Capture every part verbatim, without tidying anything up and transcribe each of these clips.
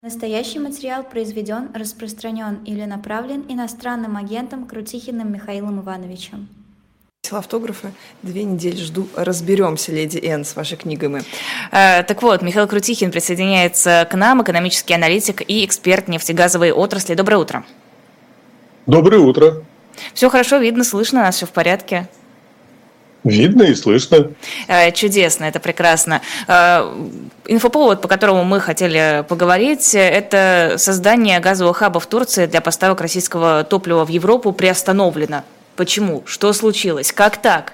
Настоящий материал произведен, распространен или направлен иностранным агентом Крутихиным Михаилом Ивановичем. Автографы. Две недели жду. Разберемся, леди Энн, с вашей книгой мы. А, так вот, Михаил Крутихин присоединяется к нам, экономический аналитик и эксперт нефтегазовой отрасли. Доброе утро. Доброе утро. Все хорошо, видно, слышно, нас все в порядке. Видно и слышно. Чудесно, это прекрасно. Инфоповод, по которому мы хотели поговорить, это создание газового хаба в Турции для поставок российского топлива в Европу приостановлено. Почему? Что случилось? Как так?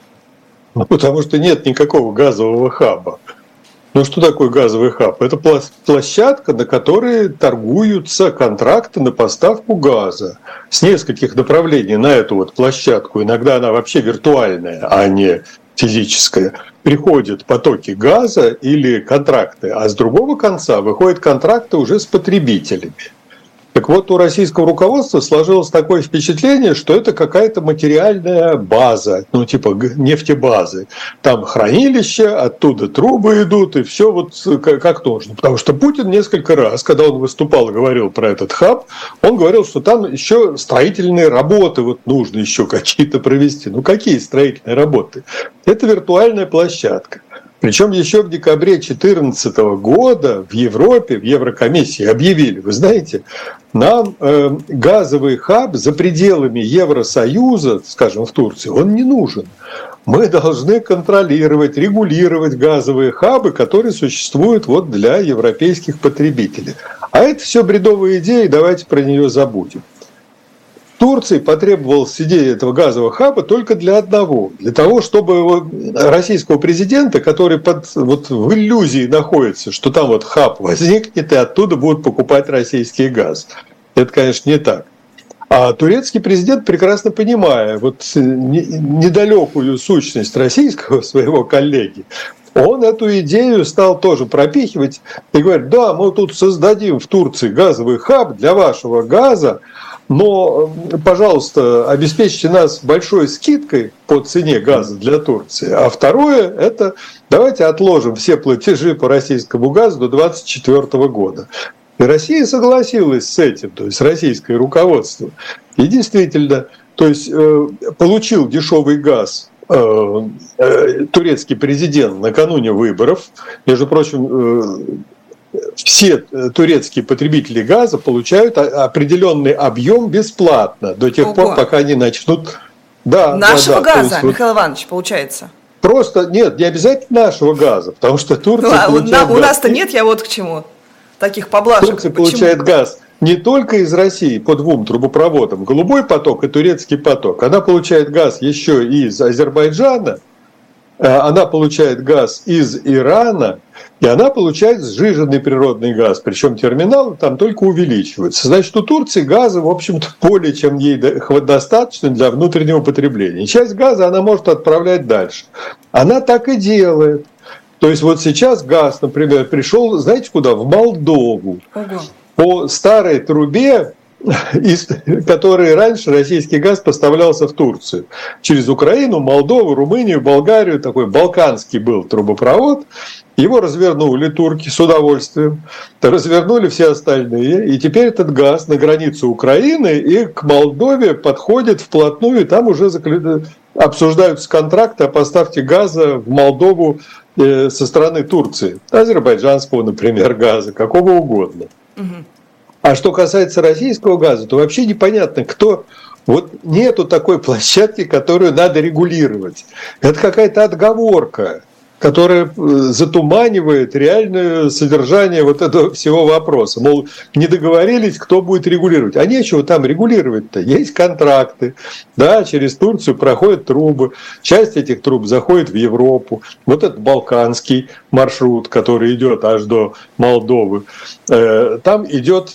Ну, потому что нет никакого газового хаба. Ну, что такое газовый хаб? Это площадка, на которой торгуются контракты на поставку газа с нескольких направлений на эту вот площадку. Иногда она вообще виртуальная, а не физическая. Приходят потоки газа или контракты, а с другого конца выходят контракты уже с потребителями. Так вот, у российского руководства сложилось такое впечатление, что это какая-то материальная база, ну типа нефтебазы. Там хранилище, оттуда трубы идут, и все вот как нужно. Потому что Путин несколько раз, когда он выступал и говорил про этот хаб, он говорил, что там еще строительные работы вот нужно еще какие-то провести. Ну какие строительные работы? Это виртуальная площадка. Причем еще в декабре две тысячи четырнадцатого года в Европе, в Еврокомиссии объявили, вы знаете, нам э, газовый хаб за пределами Евросоюза, скажем, в Турции, он не нужен. Мы должны контролировать, регулировать газовые хабы, которые существуют вот для европейских потребителей. А это все бредовые идеи, давайте про нее забудем. Турции потребовалась идея этого газового хаба только для одного. Для того, чтобы российского президента, который под, вот, в иллюзии находится, что там вот хаб возникнет, и оттуда будут покупать российский газ. Это, конечно, не так. А турецкий президент, прекрасно понимая вот недалекую сущность российского своего коллеги, он эту идею стал тоже пропихивать и говорит: да, мы тут создадим в Турции газовый хаб для вашего газа, но, пожалуйста, обеспечьте нас большой скидкой по цене газа для Турции. А второе – это давайте отложим все платежи по российскому газу до две тысячи двадцать четвёртого года. И Россия согласилась с этим, то есть российское руководство. И действительно, то есть э, получил дешевый газ э, э, турецкий президент накануне выборов. Между прочим, э, все турецкие потребители газа получают определенный объем бесплатно до тех Ого. пор, пока они начнут... Да, нашего да, да, газа, есть, Михаил Иванович, получается? Просто, нет, не обязательно нашего газа, потому что Турция ну, получает у, у нас-то нет, я вот к чему. Таких поблажек. Турция получает газ не только из России по двум трубопроводам, Голубой поток и Турецкий поток. Она получает газ еще и из Азербайджана, она получает газ из Ирана, и она получает сжиженный природный газ. Причем терминалы там только увеличиваются. Значит, у Турции газа, в общем-то, более чем ей достаточно для внутреннего потребления. Часть газа она может отправлять дальше. Она так и делает. То есть вот сейчас газ, например, пришел, знаете куда? В Молдову. Ого. По старой трубе, из которой раньше российский газ поставлялся в Турцию. Через Украину, Молдову, Румынию, Болгарию. Такой балканский был трубопровод. Его развернули турки с удовольствием. Развернули все остальные. И теперь этот газ на границу Украины и к Молдове подходит вплотную. И там уже обсуждаются контракты о поставке газа в Молдову со стороны Турции. Азербайджанского, например, газа, какого угодно. Угу. А что касается российского газа, то вообще непонятно, кто... Вот нету такой площадки, которую надо регулировать. Это какая-то отговорка, которая затуманивает реальное содержание вот этого всего вопроса. Мол, не договорились, кто будет регулировать. А нечего там регулировать-то. Есть контракты, да, через Турцию проходят трубы. Часть этих труб заходит в Европу. Вот этот балканский маршрут, который идет аж до Молдовы. Там идет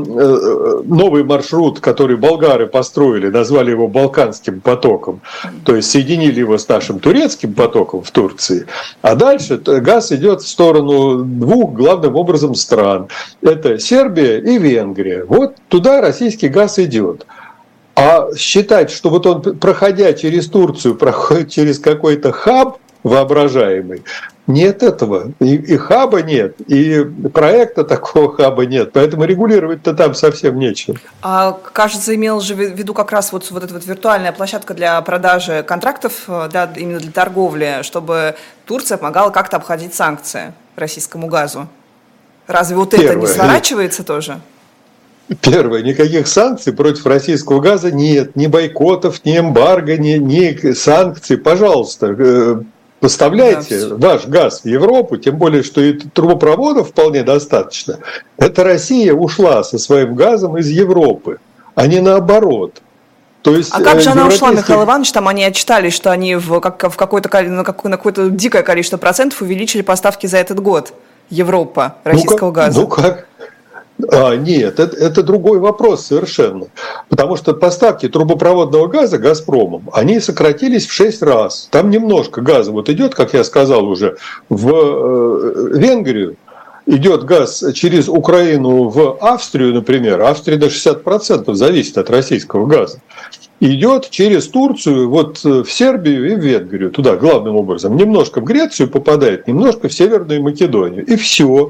новый маршрут, который болгары построили, назвали его Балканским потоком. То есть соединили его с нашим турецким потоком в Турции. А дальше газ идет в сторону двух, главным образом, стран. Это Сербия и Венгрия. Вот туда российский газ идет. А считать, что вот он, проходя через Турцию, проходит через какой-то хаб, воображаемый. Нет этого. И, и хаба нет, и проекта такого хаба нет. Поэтому регулировать-то там совсем нечего. А, кажется, имел же в виду как раз вот, вот эта вот виртуальная площадка для продажи контрактов, да, именно для торговли, чтобы Турция помогала как-то обходить санкции российскому газу. Разве вот Первое. это не сворачивается тоже? Первое. Никаких санкций против российского газа нет. Ни бойкотов, ни эмбарго, ни, ни санкций. Пожалуйста, поставляйте да, ваш газ в Европу, тем более, что и трубопроводов вполне достаточно. Это Россия ушла со своим газом из Европы, а не наоборот. То есть, а как же она ушла, Михаил Иванович? Там они отчитались, что они в, как, в какое-то, на, какое, на какое-то дикое количество процентов увеличили поставки за этот год. Европа российского ну как, газа. Ну как? А, нет, это, это другой вопрос совершенно. Потому что поставки трубопроводного газа «Газпромом», они сократились в шесть раз. Там немножко газа вот идет, как я сказал уже, в э, Венгрию. Идет газ через Украину в Австрию, например. Австрия на шестьдесят процентов зависит от российского газа. Идет через Турцию, вот в Сербию и в Венгрию, туда главным образом. Немножко в Грецию попадает, немножко в Северную Македонию. И все.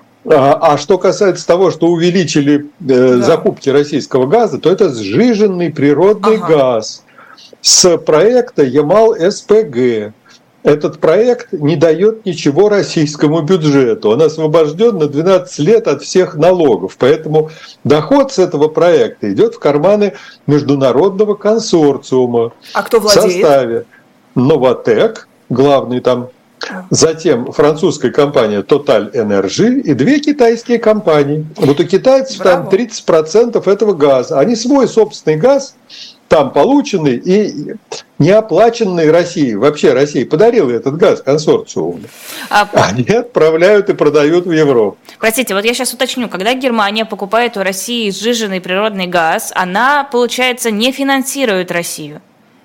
А, а что касается того, что увеличили э, да. закупки российского газа, то это сжиженный природный ага. газ с проекта Ямал-СПГ. Этот проект не дает ничего российскому бюджету. Он освобожден на двенадцать лет от всех налогов. Поэтому доход с этого проекта идет в карманы международного консорциума. А кто владеет? В составе Новатэк, главный там. Затем французская компания Total Energy и две китайские компании. Вот у китайцев Браво. Там тридцать процентов этого газа. Они свой собственный газ там полученный и не оплаченный Россией. Вообще Россия подарила этот газ консорциуму. А... Они отправляют и продают в Европу. Простите, вот я сейчас уточню. Когда Германия покупает у России сжиженный природный газ, она, получается, не финансирует Россию?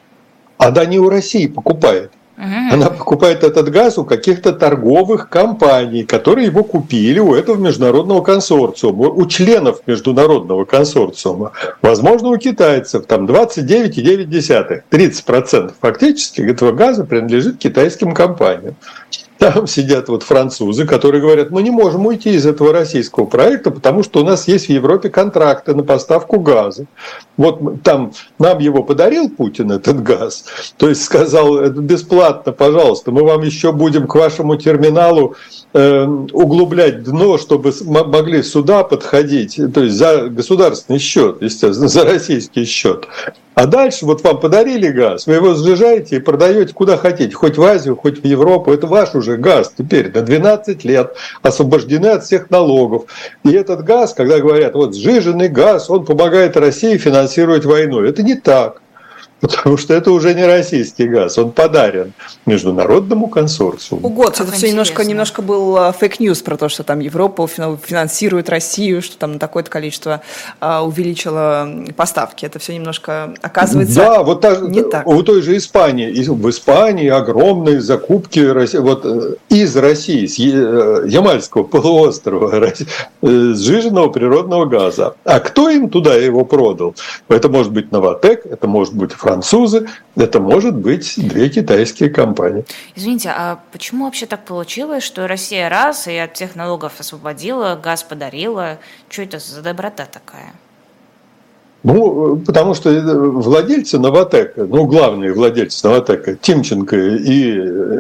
Она не у России покупает. Она покупает этот газ у каких-то торговых компаний, которые его купили у этого международного консорциума, у членов международного консорциума. Возможно, у китайцев там двадцать девять целых девять десятых, тридцать процентов фактически этого газа принадлежит китайским компаниям. Там сидят вот французы, которые говорят, мы не можем уйти из этого российского проекта, потому что у нас есть в Европе контракты на поставку газа. Вот там нам его подарил Путин, этот газ, то есть сказал, это бесплатно, пожалуйста, мы вам еще будем к вашему терминалу э, углублять дно, чтобы могли сюда подходить, то есть за государственный счет, естественно, за российский счет. А дальше вот вам подарили газ, вы его сжижаете и продаете куда хотите, хоть в Азию, хоть в Европу. Это ваш уже газ теперь на двенадцать лет, освобождены от всех налогов. И этот газ, когда говорят, вот сжиженный газ, он помогает России финансировать войну. Это не так. Потому что это уже не российский газ, он подарен международному консорциуму. Угод, это все немножко, немножко был фейк-ньюс про то, что там Европа финансирует Россию, что там на такое-то количество увеличило поставки. Это все немножко оказывается да, вот та, не так. У той же Испании. В Испании огромные закупки вот, из России, с Ямальского полуострова, сжиженного природного газа. А кто им туда его продал? Это может быть Новатэк, это может быть Франция. Французы, это может быть две китайские компании. Извините, а почему вообще так получилось, что Россия раз и от всех налогов освободила, газ подарила? Что это за доброта такая? Ну, потому что владельцы Новатэка, ну, главные владельцы Новатэка, Тимченко и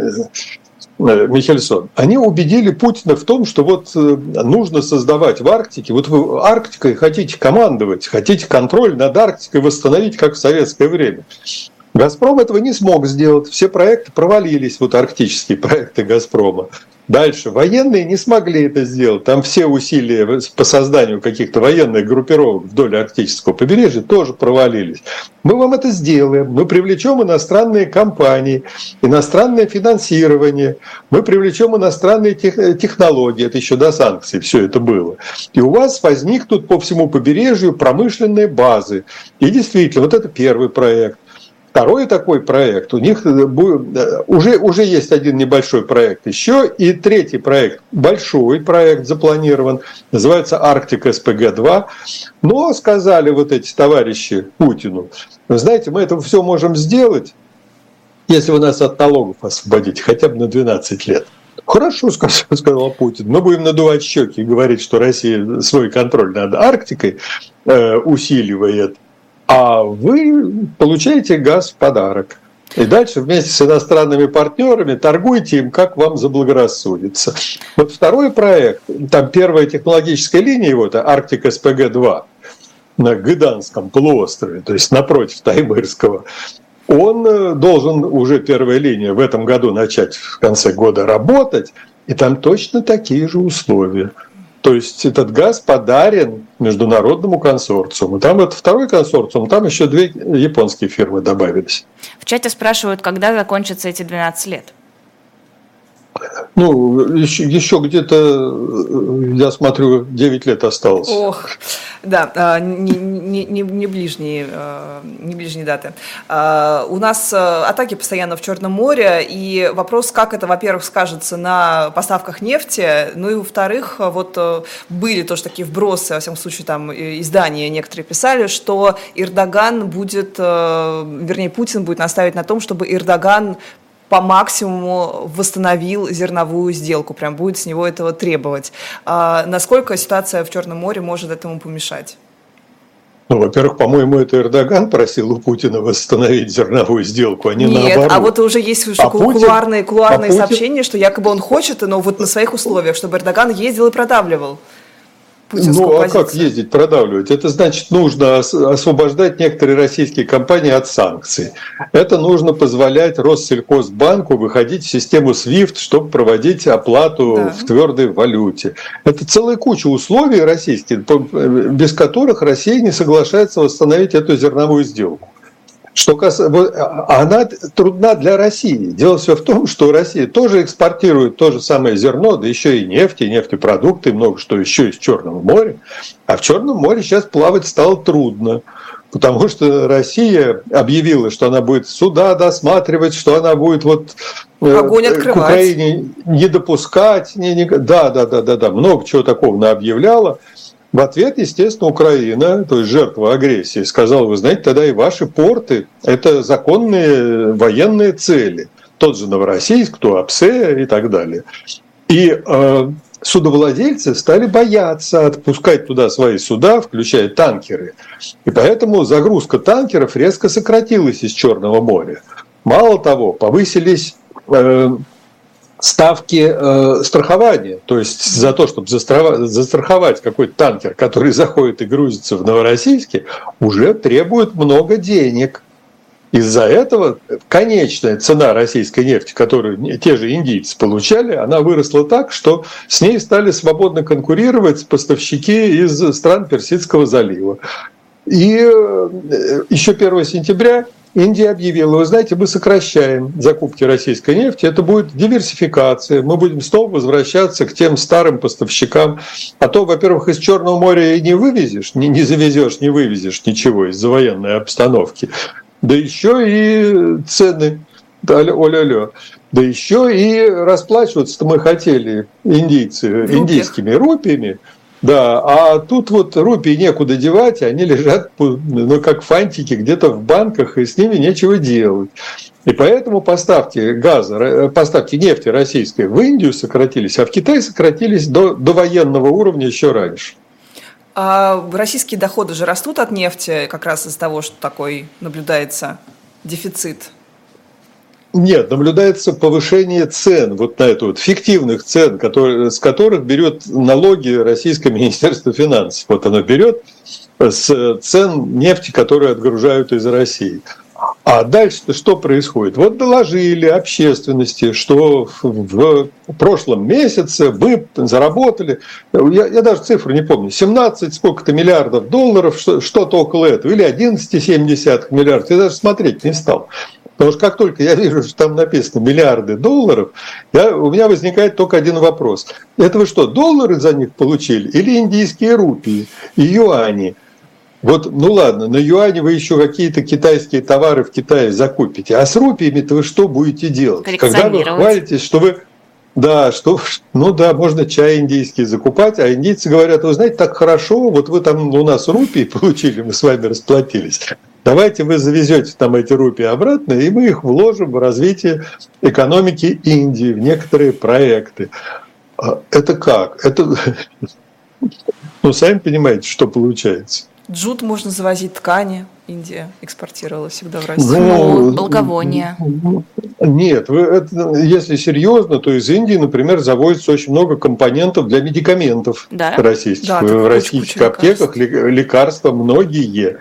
Михельсон, они убедили Путина в том, что вот нужно создавать в Арктике, вот вы Арктикой хотите командовать, хотите контроль над Арктикой восстановить, как в советское время. «Газпром» этого не смог сделать, все проекты провалились, вот арктические проекты «Газпрома». Дальше, военные не смогли это сделать, там все усилия по созданию каких-то военных группировок вдоль арктического побережья тоже провалились. Мы вам это сделаем, мы привлечем иностранные компании, иностранное финансирование, мы привлечем иностранные технологии, это еще до санкций все это было. И у вас возникнут по всему побережью промышленные базы. И действительно, вот это первый проект. Второй такой проект, у них уже, уже есть один небольшой проект еще, и третий проект, большой проект запланирован, называется «Арктик СПГ два». Но сказали вот эти товарищи Путину, вы знаете, мы это все можем сделать, если вы нас от налогов освободите хотя бы на двенадцать лет. Хорошо, сказал Путин, мы будем надувать щеки и говорить, что Россия свой контроль над Арктикой э, усиливает, а вы получаете газ в подарок. И дальше вместе с иностранными партнерами торгуйте им, как вам заблагорассудится. Вот второй проект, там первая технологическая линия его, это Арктик эс пэ гэ два на Гыданском полуострове, то есть напротив Таймырского, он должен, уже первая линия, в этом году начать в конце года работать, и там точно такие же условия. То есть этот газ подарен международному консорциуму. Там это второй консорциум, там еще две японские фирмы добавились. В чате спрашивают, когда закончатся эти двенадцать лет? Ну, еще, еще где-то, я смотрю, девять лет осталось. Ох, да, не, не, не, не, ближние, не ближние даты. У нас атаки постоянно в Черном море, и вопрос, как это, во-первых, скажется на поставках нефти, ну и, во-вторых, вот были тоже такие вбросы, во всяком случае, там издания некоторые писали, что Эрдоган будет, вернее, Путин будет настаивать на том, чтобы Эрдоган по максимуму восстановил зерновую сделку, прям будет с него этого требовать. А насколько ситуация в Черном море может этому помешать? Ну, во-первых, по-моему, это Эрдоган просил у Путина восстановить зерновую сделку, а не Нет, наоборот. а вот уже есть а кулуарные, кулуарные а Путин... сообщения, что якобы он хочет, но вот на своих условиях, чтобы Эрдоган ездил и продавливал. Ну, а как ездить, продавливать? Это значит, нужно освобождать некоторые российские компании от санкций. Это нужно позволять Россельхозбанку выходить в систему свифт, чтобы проводить оплату да. в твердой валюте. Это целая куча условий российских, без которых Россия не соглашается восстановить эту зерновую сделку. Что касается, она трудна для России. Дело все в том, что Россия тоже экспортирует то же самое зерно, да еще и нефть, и нефтепродукты, и много что еще из Черного моря. А в Черном море сейчас плавать стало трудно, потому что Россия объявила, что она будет суда досматривать, что она будет вот огонь открывать, к Украине не допускать. Не, не, да, да, да, да, да, много чего такого наобъявляла. В ответ, естественно, Украина, то есть жертва агрессии, сказала, вы знаете, тогда и ваши порты – это законные военные цели. Тот же Новороссийск, Туапсе и так далее. И э, судовладельцы стали бояться отпускать туда свои суда, включая танкеры. И поэтому загрузка танкеров резко сократилась из Черного моря. Мало того, повысились... Э, ставки э, страхования, то есть за то, чтобы застраховать, застраховать какой-то танкер, который заходит и грузится в Новороссийске, уже требует много денег. Из-за этого конечная цена российской нефти, которую те же индийцы получали, она выросла так, что с ней стали свободно конкурировать поставщики из стран Персидского залива. И еще первого сентября Индия объявила, вы знаете, мы сокращаем закупки российской нефти, это будет диверсификация, мы будем снова возвращаться к тем старым поставщикам. А то, во-первых, из Черного моря и не вывезешь, не, не завезешь, не вывезешь ничего из-за военной обстановки. Да еще и цены, о-ля-ля, да еще и расплачиваться-то мы хотели индийцы, индийскими рупиями. Да, а тут вот рупии некуда девать, они лежат, ну, как фантики где-то в банках, и с ними нечего делать. И поэтому поставки газа, поставки нефти российской в Индию сократились, а в Китай сократились до, до военного уровня еще раньше. А российские доходы же растут от нефти как раз из-за того, что такой наблюдается дефицит. Нет, наблюдается повышение цен, вот на это вот, фиктивных цен, которые, с которых берет налоги Российское Министерство финансов. Вот оно берет с цен нефти, которые отгружают из России. А дальше-то что происходит? Вот доложили общественности, что в прошлом месяце мы заработали, я, я даже цифру не помню, семнадцать сколько-то миллиардов долларов, что-то около этого, или одиннадцать целых семь десятых миллиардов, я даже смотреть не стал. Потому что как только я вижу, что там написано миллиарды долларов, я, у меня возникает только один вопрос. Это вы что, доллары за них получили или индийские рупии и юани? Вот, ну ладно, на юане вы еще какие-то китайские товары в Китае закупите, а с рупиями-то вы что будете делать? Когда вы хвалитесь, что вы... Да, что, ну да, можно чай индийский закупать, а индийцы говорят, вы знаете, так хорошо, вот вы там у нас рупии получили, мы с вами расплатились. Давайте вы завезете там эти рупии обратно, и мы их вложим в развитие экономики Индии, в некоторые проекты. Это как? Это, ну, сами понимаете, что получается. Джут можно завозить, ткани. Индия экспортировала всегда в Россию. Ну, благовония. Нет, вы, это, если серьезно, то из Индии, например, завозится очень много компонентов для медикаментов, да? российских. Да, в российских аптеках лекарств. лекарства многие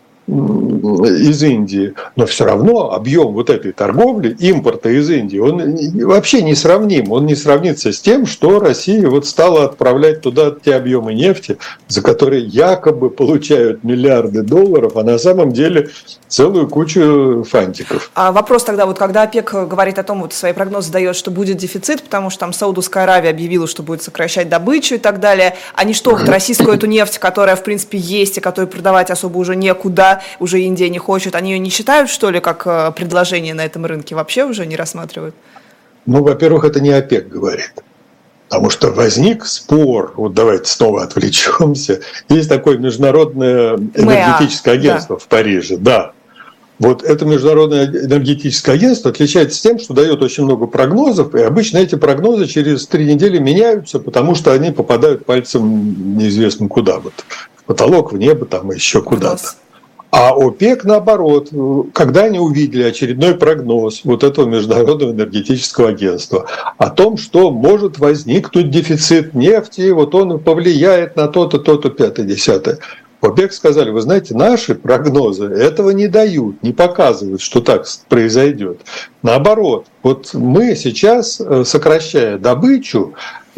из Индии, но все равно объем вот этой торговли, импорта из Индии, он вообще не сравним. Он не сравнится с тем, что Россия вот стала отправлять туда те объемы нефти, за которые якобы получают миллиарды долларов, а на самом деле целую кучу фантиков. А вопрос тогда, вот когда ОПЕК говорит о том, вот свои прогнозы дает, что будет дефицит, потому что там Саудовская Аравия объявила, что будет сокращать добычу и так далее, они что, вот российскую эту нефть, которая в принципе есть и которую продавать особо уже некуда, уже Индия не хочет, они ее не считают, что ли, как предложение на этом рынке? Вообще уже не рассматривают? Ну, во-первых, это не ОПЕК говорит. Потому что возник спор, вот давайте снова отвлечемся. Есть такое международное энергетическое агентство да. в Париже, да. Вот это международное энергетическое агентство отличается тем, что дает очень много прогнозов, и обычно эти прогнозы через три недели меняются, потому что они попадают пальцем неизвестно куда, вот в потолок, в небо, там еще куда-то. А ОПЕК, наоборот, когда они увидели очередной прогноз вот этого Международного энергетического агентства о том, что может возникнуть дефицит нефти, вот он повлияет на то-то, то-то, пятое, десятое. ОПЕК сказали, вы знаете, наши прогнозы этого не дают, не показывают, что так произойдет. Наоборот, вот мы сейчас, сокращая добычу,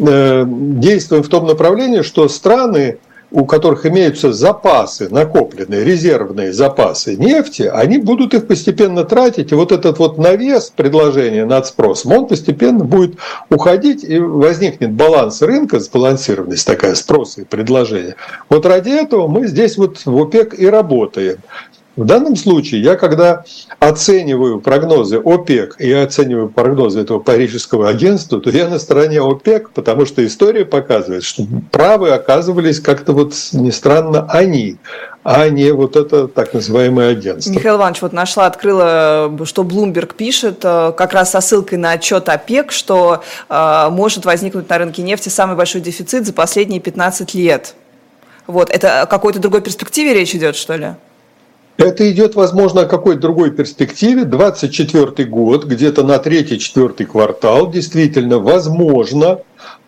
действуем в том направлении, что страны, у которых имеются запасы, накопленные, резервные запасы нефти, они будут их постепенно тратить, и вот этот вот навес предложения над спросом, он постепенно будет уходить, и возникнет баланс рынка, сбалансированность такая спроса и предложения. Вот ради этого мы здесь вот в ОПЕК и работаем. В данном случае я, когда оцениваю прогнозы ОПЕК и оцениваю прогнозы этого парижского агентства, то я на стороне ОПЕК, потому что история показывает, что правы оказывались как-то вот, не странно, они, а не вот это так называемое агентство. Михаил Иванович, вот нашла, открыла, что Bloomberg пишет, как раз со ссылкой на отчет ОПЕК, что э, может возникнуть на рынке нефти самый большой дефицит за последние пятнадцать лет. Вот, это о какой-то другой перспективе речь идет, что ли? Это идет, возможно, о какой-то другой перспективе. двадцать четвёртый год, где-то на третий-четвёртый квартал, действительно, возможно,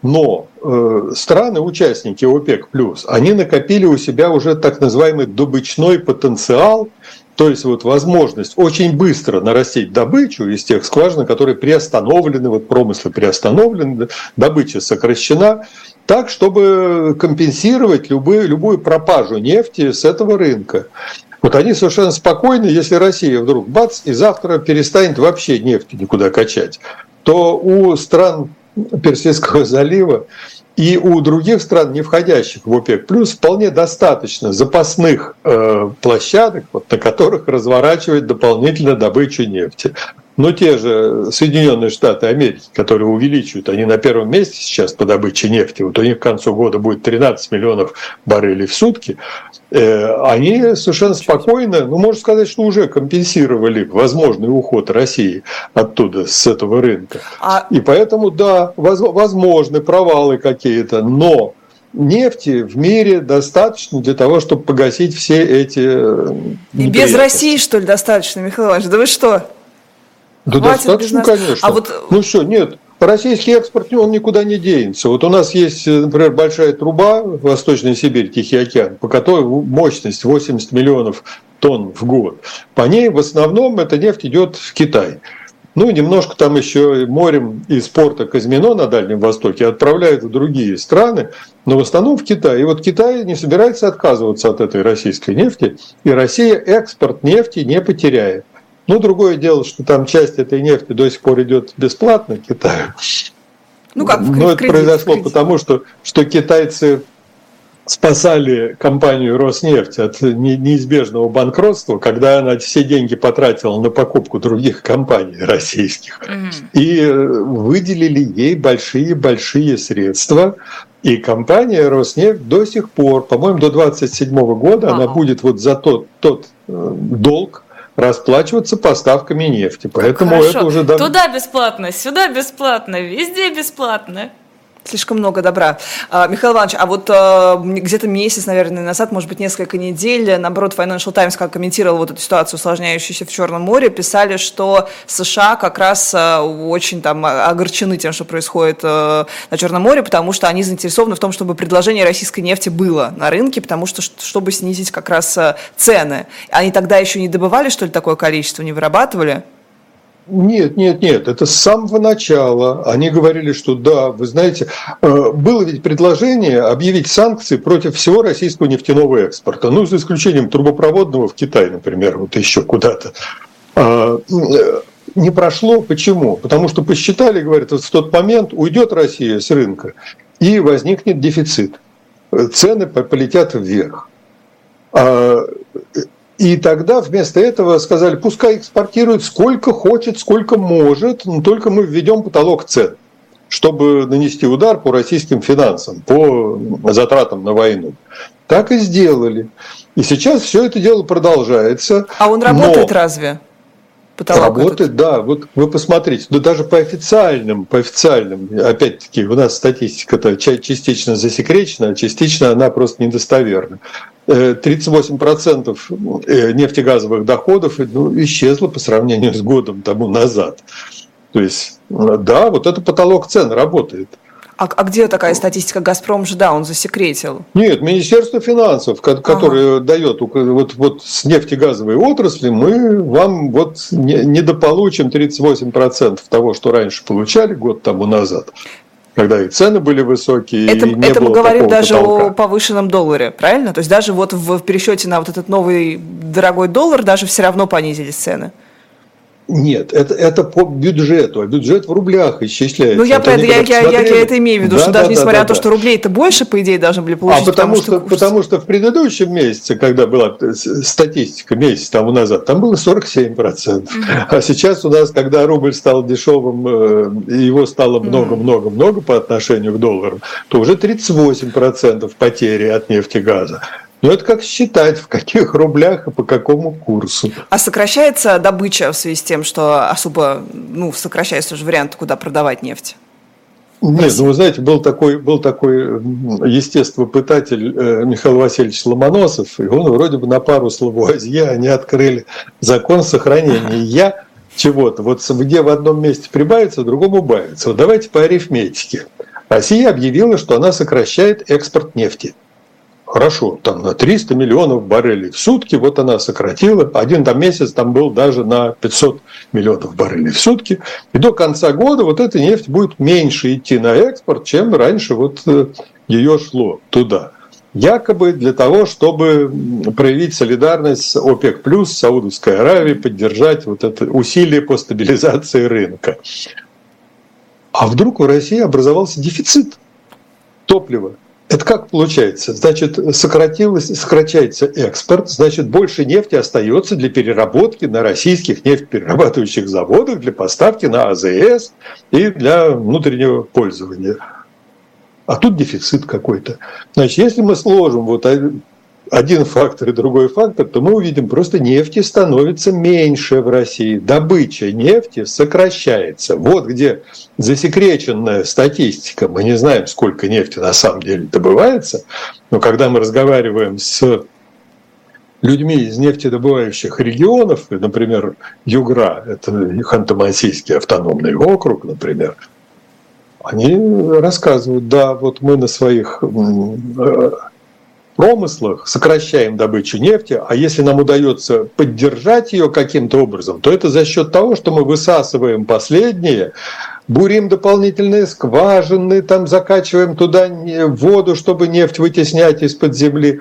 но э, страны-участники ОПЕК+, они накопили у себя уже так называемый добычной потенциал, то есть вот возможность очень быстро нарастить добычу из тех скважин, которые приостановлены, вот промыслы приостановлены, добыча сокращена, так, чтобы компенсировать любую, любую пропажу нефти с этого рынка. Вот они совершенно спокойны, если Россия вдруг бац, и завтра перестанет вообще нефть никуда качать, то у стран Персидского залива и у других стран, не входящих в ОПЕК+, вполне достаточно запасных э, площадок, вот, на которых разворачивать дополнительно добычу нефти. Но те же Соединенные Штаты Америки, которые увеличивают, они на первом месте сейчас по добыче нефти, вот у них к концу года будет тринадцать миллионов баррелей в сутки, они совершенно спокойно, ну, можно сказать, что уже компенсировали возможный уход России оттуда, с этого рынка. А... И поэтому, да, возможны провалы какие-то, но нефти в мире достаточно для того, чтобы погасить все эти неприятности. И без России, что ли, достаточно, Михаил Иванович? Да вы что? Да хватит достаточно, конечно. А вот... Ну что, нет, российский экспорт, он никуда не денется. Вот у нас есть, например, большая труба в Восточной Сибири, Тихий океан, по которой мощность восемьдесят миллионов тонн в год. По ней в основном эта нефть идет в Китай. Ну, немножко там еще морем из порта Казмино на Дальнем Востоке отправляют в другие страны, но в основном в Китай. И вот Китай не собирается отказываться от этой российской нефти, и Россия экспорт нефти не потеряет. Ну, другое дело, что там часть этой нефти до сих пор идет бесплатно Китаю. Ну, как в Но это произошло потому, что, что китайцы спасали компанию «Роснефть» от неизбежного банкротства, когда она все деньги потратила на покупку других компаний российских. Mm-hmm. И выделили ей большие-большие средства. И компания «Роснефть» до сих пор, по-моему, до двадцать седьмого года, wow. она будет вот за тот, тот долг расплачиваться поставками нефти. Поэтому Хорошо. это уже... Туда бесплатно, сюда бесплатно, везде бесплатно. Слишком много добра. А, Михаил Иванович, а вот а, где-то месяц, наверное, назад, может быть, несколько недель, наоборот, Financial Times, как комментировал вот эту ситуацию, усложняющуюся в Черном море, писали, что США как раз а, очень там огорчены тем, что происходит а, на Черном море, потому что они заинтересованы в том, чтобы предложение российской нефти было на рынке, потому что, чтобы снизить как раз а, цены. Они тогда еще не добывали, что ли, такое количество, не вырабатывали? Нет, нет, нет, это с самого начала. Они говорили, что да, вы знаете, было ведь предложение объявить санкции против всего российского нефтяного экспорта, ну, за исключением трубопроводного в Китай, например, вот еще куда-то. Не прошло. Почему? Потому что посчитали, говорят, вот в тот момент уйдет Россия с рынка и возникнет дефицит. Цены полетят вверх. И тогда вместо этого сказали, пускай экспортирует сколько хочет, сколько может, но только мы введем потолок цен, чтобы нанести удар по российским финансам, по затратам на войну. Так и сделали. И сейчас все это дело продолжается. А он работает разве? Потолок работает, этот? Да. Вот вы посмотрите, да даже по официальным, по официальным, опять-таки, у нас статистика-то частично засекречена, а частично она просто недостоверна. тридцать восемь процентов нефтегазовых доходов ну, исчезло по сравнению с годом тому назад. То есть, да, вот это потолок цен работает. А, а где такая статистика? «Газпром» же, да, он засекретил. Нет, Министерство финансов, которое ага. дает вот, вот с нефтегазовой отрасли, мы вам вот недополучим тридцать восемь процентов того, что раньше получали год тому назад. Когда и цены были высокие, это, и не это было мы говорим даже потолка. О повышенном долларе, правильно? То есть даже вот в пересчете на вот этот новый дорогой доллар даже все равно понизились цены. Нет, это, это по бюджету, а бюджет в рублях исчисляется. Ну, я, про это, я, я, я, я это имею в виду, да, что да, даже да, несмотря да, на то, да. что рублей-то больше, по идее, должны были получить. А потому, потому, что, что... потому что в предыдущем месяце, когда была статистика месяц тому назад, там было сорок семь процентов. Mm-hmm. А сейчас у нас, когда рубль стал дешевым, его стало много-много-много по отношению к доллару, то уже тридцать восемь процентов потери от нефтегаза. Ну, это как считать, в каких рублях и по какому курсу. А сокращается добыча в связи с тем, что особо, ну, сокращается уже вариант, куда продавать нефть? Нет, ну, вы знаете, был такой, был такой естествопытатель Михаил Васильевич Ломоносов, и он вроде бы на пару с Лавуазье они открыли закон сохранения «я» чего-то. Вот где в одном месте прибавится, в другом убавится. Вот давайте по арифметике. Россия объявила, что она сокращает экспорт нефти. Хорошо, там на триста миллионов баррелей в сутки, вот она сократила. Один там месяц там был даже на пятьсот миллионов баррелей в сутки. И до конца года вот эта нефть будет меньше идти на экспорт, чем раньше вот ее шло туда. Якобы для того, чтобы проявить солидарность с ОПЕК+, с Саудовской Аравией, поддержать вот это усилие по стабилизации рынка. А вдруг у России образовался дефицит топлива. Это как получается? Значит, сократилось, сокращается экспорт, значит, больше нефти остается для переработки на российских нефтеперерабатывающих заводах, для поставки на АЗС и для внутреннего пользования. А тут дефицит какой-то. Значит, если мы сложим вот один фактор и другой фактор, то мы увидим, просто нефти становится меньше в России. Добыча нефти сокращается. Вот где засекреченная статистика. Мы не знаем, сколько нефти на самом деле добывается, но когда мы разговариваем с людьми из нефтедобывающих регионов, например, Югра, это Ханты-Мансийский автономный округ, например, они рассказывают, да, вот мы на своих промыслах сокращаем добычу нефти, а если нам удается поддержать ее каким-то образом, то это за счет того, что мы высасываем последние, бурим дополнительные скважины, там закачиваем туда воду, чтобы нефть вытеснять из-под земли.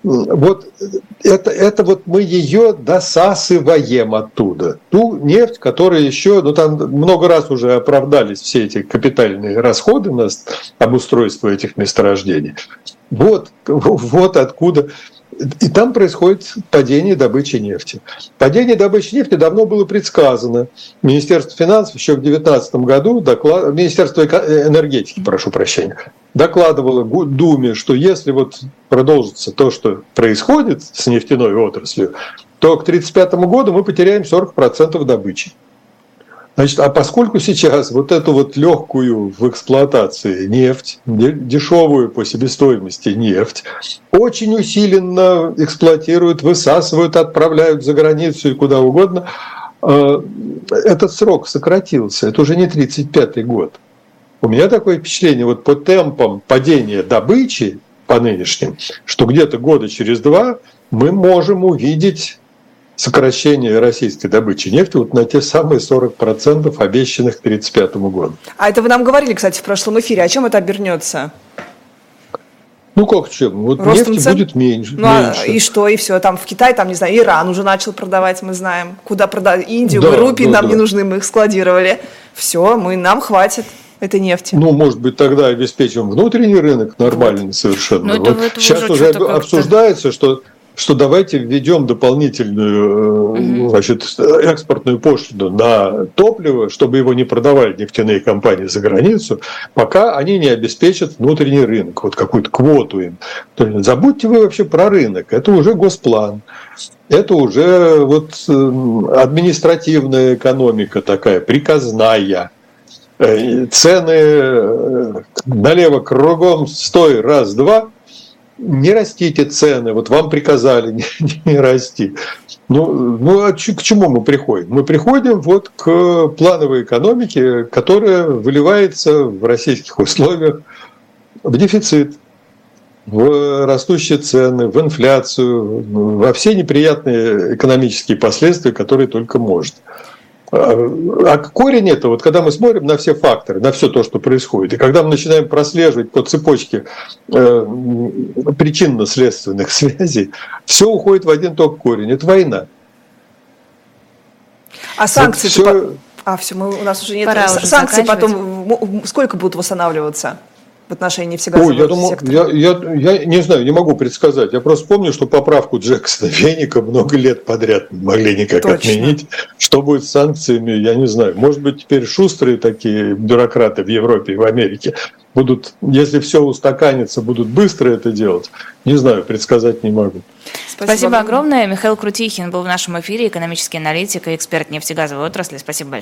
вот это, это вот мы ее досасываем оттуда. Ту нефть, которая еще, ну там много раз уже оправдались все эти капитальные расходы на обустройство этих месторождений. Вот, вот откуда. И там происходит падение добычи нефти. Падение добычи нефти давно было предсказано. Министерство финансов еще в две тысячи девятнадцатом году, доклад... Министерство энергетики, прошу прощения, докладывало Думе, что если вот продолжится то, что происходит с нефтяной отраслью, то к тридцать пятому году мы потеряем сорок процентов добычи. Значит, а поскольку сейчас вот эту вот легкую в эксплуатации нефть, дешевую по себестоимости нефть, очень усиленно эксплуатируют, высасывают, отправляют за границу и куда угодно, этот срок сократился. Это уже не тридцать пятый год. У меня такое впечатление, вот по темпам падения добычи, по нынешним, что где-то года через два мы можем увидеть сокращение российской добычи нефти вот на те самые сорок процентов, обещанных к тридцать пятому году. А это вы нам говорили, кстати, в прошлом эфире. О чем это обернется? Ну как чем? Вот Ростом нефти цен? будет меньше. Ну, а меньше. и что, и все. Там в Китае, там, не знаю, Иран уже начал продавать, мы знаем. Куда продать? Индию, Да, рупии да, нам да. не нужны, мы их складировали. Все, мы, нам хватит этой нефти. Ну, может быть, тогда обеспечим внутренний рынок нормальный совершенно. Но это- Вот это сейчас уже уже что-то как-то- обсуждается, что что давайте введем дополнительную mm-hmm. значит, экспортную пошлину на топливо, чтобы его не продавали нефтяные компании за границу, пока они не обеспечат внутренний рынок, вот какую-то квоту им. Забудьте вы вообще про рынок, это уже госплан. Это уже вот административная экономика такая, приказная. Цены налево кругом, стой, раз, два. Не растите цены, вот вам приказали не, не расти. Ну, ну а ч, к чему мы приходим? Мы приходим вот к плановой экономике, которая выливается в российских условиях в дефицит, в растущие цены, в инфляцию, во все неприятные экономические последствия, которые только может. А корень это, вот когда мы смотрим на все факторы, на все то, что происходит, и когда мы начинаем прослеживать по цепочке э, причинно-следственных связей, все уходит в один только корень. Это война. А санкции... Вот всё... по... А, все, мы, у нас уже нет... Пора уже санкции потом сколько будут восстанавливаться в отношении нефтегазового Ой, я думаю, сектора? Я, я, я не знаю, не могу предсказать. Я просто помню, что поправку Джексона Веника много лет подряд не могли никак Точно. отменить. Что будет с санкциями, я не знаю. Может быть, теперь шустрые такие бюрократы в Европе и в Америке будут, если все устаканится, будут быстро это делать. Не знаю, предсказать не могу. Спасибо, Спасибо огромное. Михаил Крутихин был в нашем эфире, экономический аналитик и эксперт нефтегазовой отрасли. Спасибо большое.